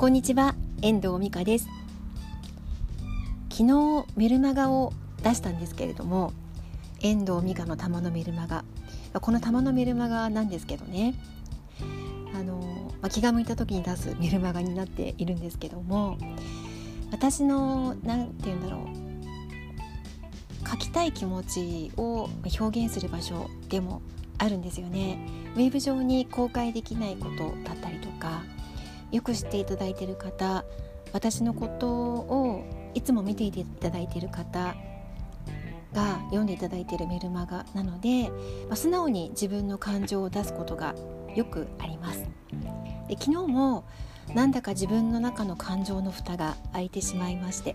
こんにちは、遠藤美香です。昨日メルマガを出したんですけれども、遠藤美香の玉のメルマガ、この玉のメルマガなんですけどね、気が向いた時に出すメルマガになっているんですけども、私の書きたい気持ちを表現する場所でもあるんですよね。ウェブ上に公開できないことだったりとか、よく知っていただいている方、私のことをいつも見ていただいている方が読んでいただいているメルマガなので、素直に自分の感情を出すことがよくあります。で、昨日もなんだか自分の中の感情の蓋が開いてしまいまして、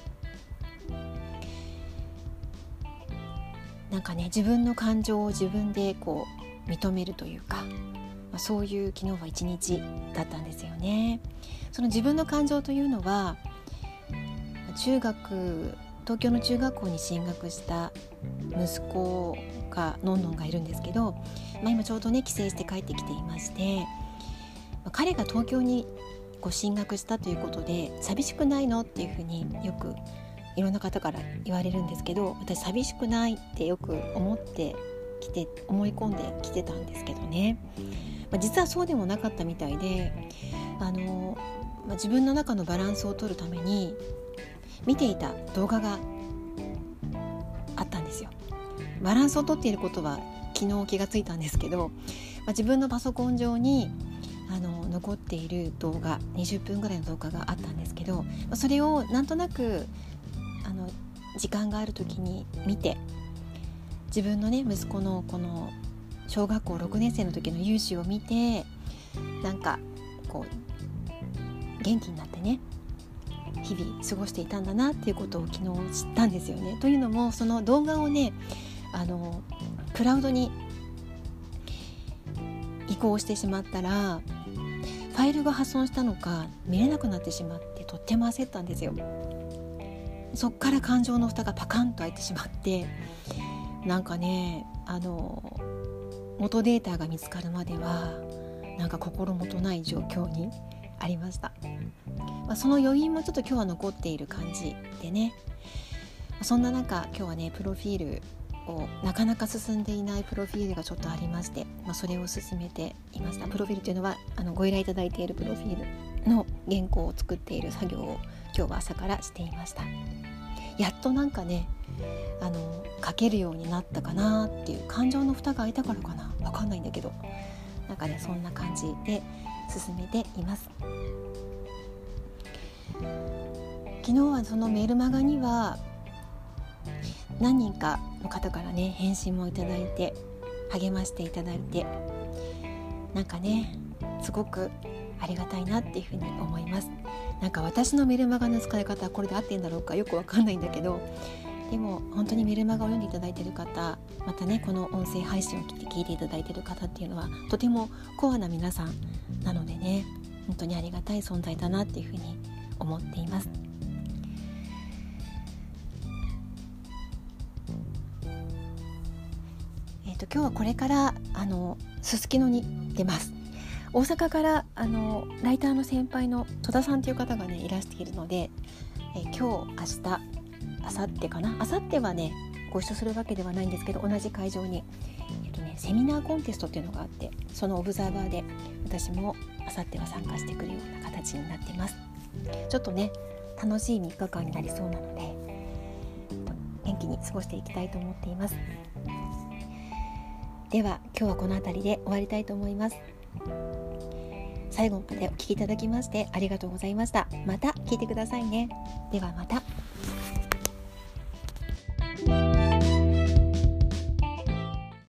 自分の感情を自分で認めるというか、そういう昨日は一日だったんですよね。その自分の感情というのは、東京の中学校に進学した息子がのんのんがいるんですけど、今ちょうど帰省して帰ってきていまして、彼が東京に進学したということで寂しくないのっていうふうによくいろんな方から言われるんですけど、私寂しくないってよく思い込んできてたんですけどね、実はそうでもなかったみたいで、自分の中のバランスを取るために見ていた動画があったんですよ。バランスを取っていることは昨日気がついたんですけど、自分のパソコン上に残っている動画20分ぐらいの動画があったんですけど、それをなんとなく時間がある時に見て、自分の息子のこの小学校6年生の時の勇姿を見て、元気になって日々過ごしていたんだなっていうことを昨日知ったんですよね。というのも、その動画をクラウドに移行してしまったら、ファイルが破損したのか見れなくなってしまって、とっても焦ったんですよ。そっから感情の蓋がパカンと開いてしまって、元データが見つかるまでは心もとない状況にありました。その余韻もちょっと今日は残っている感じでね、そんな中今日はプロフィールをなかなか進んでいないプロフィールがちょっとありまして、それを進めていました。プロフィールというのはご依頼いただいているプロフィールの原稿を作っている作業を今日は朝からしていました。やっと書けるようになったかなっていう、感情の蓋が開いたからかな、わかんないんだけど、そんな感じで進めています。昨日はそのメールマガには何人かの方から返信もいただいて、励ましていただいて、すごくありがたいなっていうふうに思います。私のメルマガの使い方はこれで合ってんだろうかよくわかんないんだけど、でも本当にメルマガを読んでいただいている方、またこの音声配信を聞いていただいている方っていうのはとてもコアな皆さんなので本当にありがたい存在だなっていうふうに思っています。今日はこれからすすきのに出ます。大阪からライターの先輩の戸田さんという方がいらしているので、今日明日明後日かな、明後日はご一緒するわけではないんですけど、同じ会場に、セミナーコンテストっていうのがあって、そのオブザーバーで私も明後日は参加してくるような形になっています。ちょっと楽しい3日間になりそうなので、元気に過ごしていきたいと思っています。では今日はこの辺りで終わりたいと思います。最後までお聞きいただきましてありがとうございました。また聞いてくださいね。ではまた。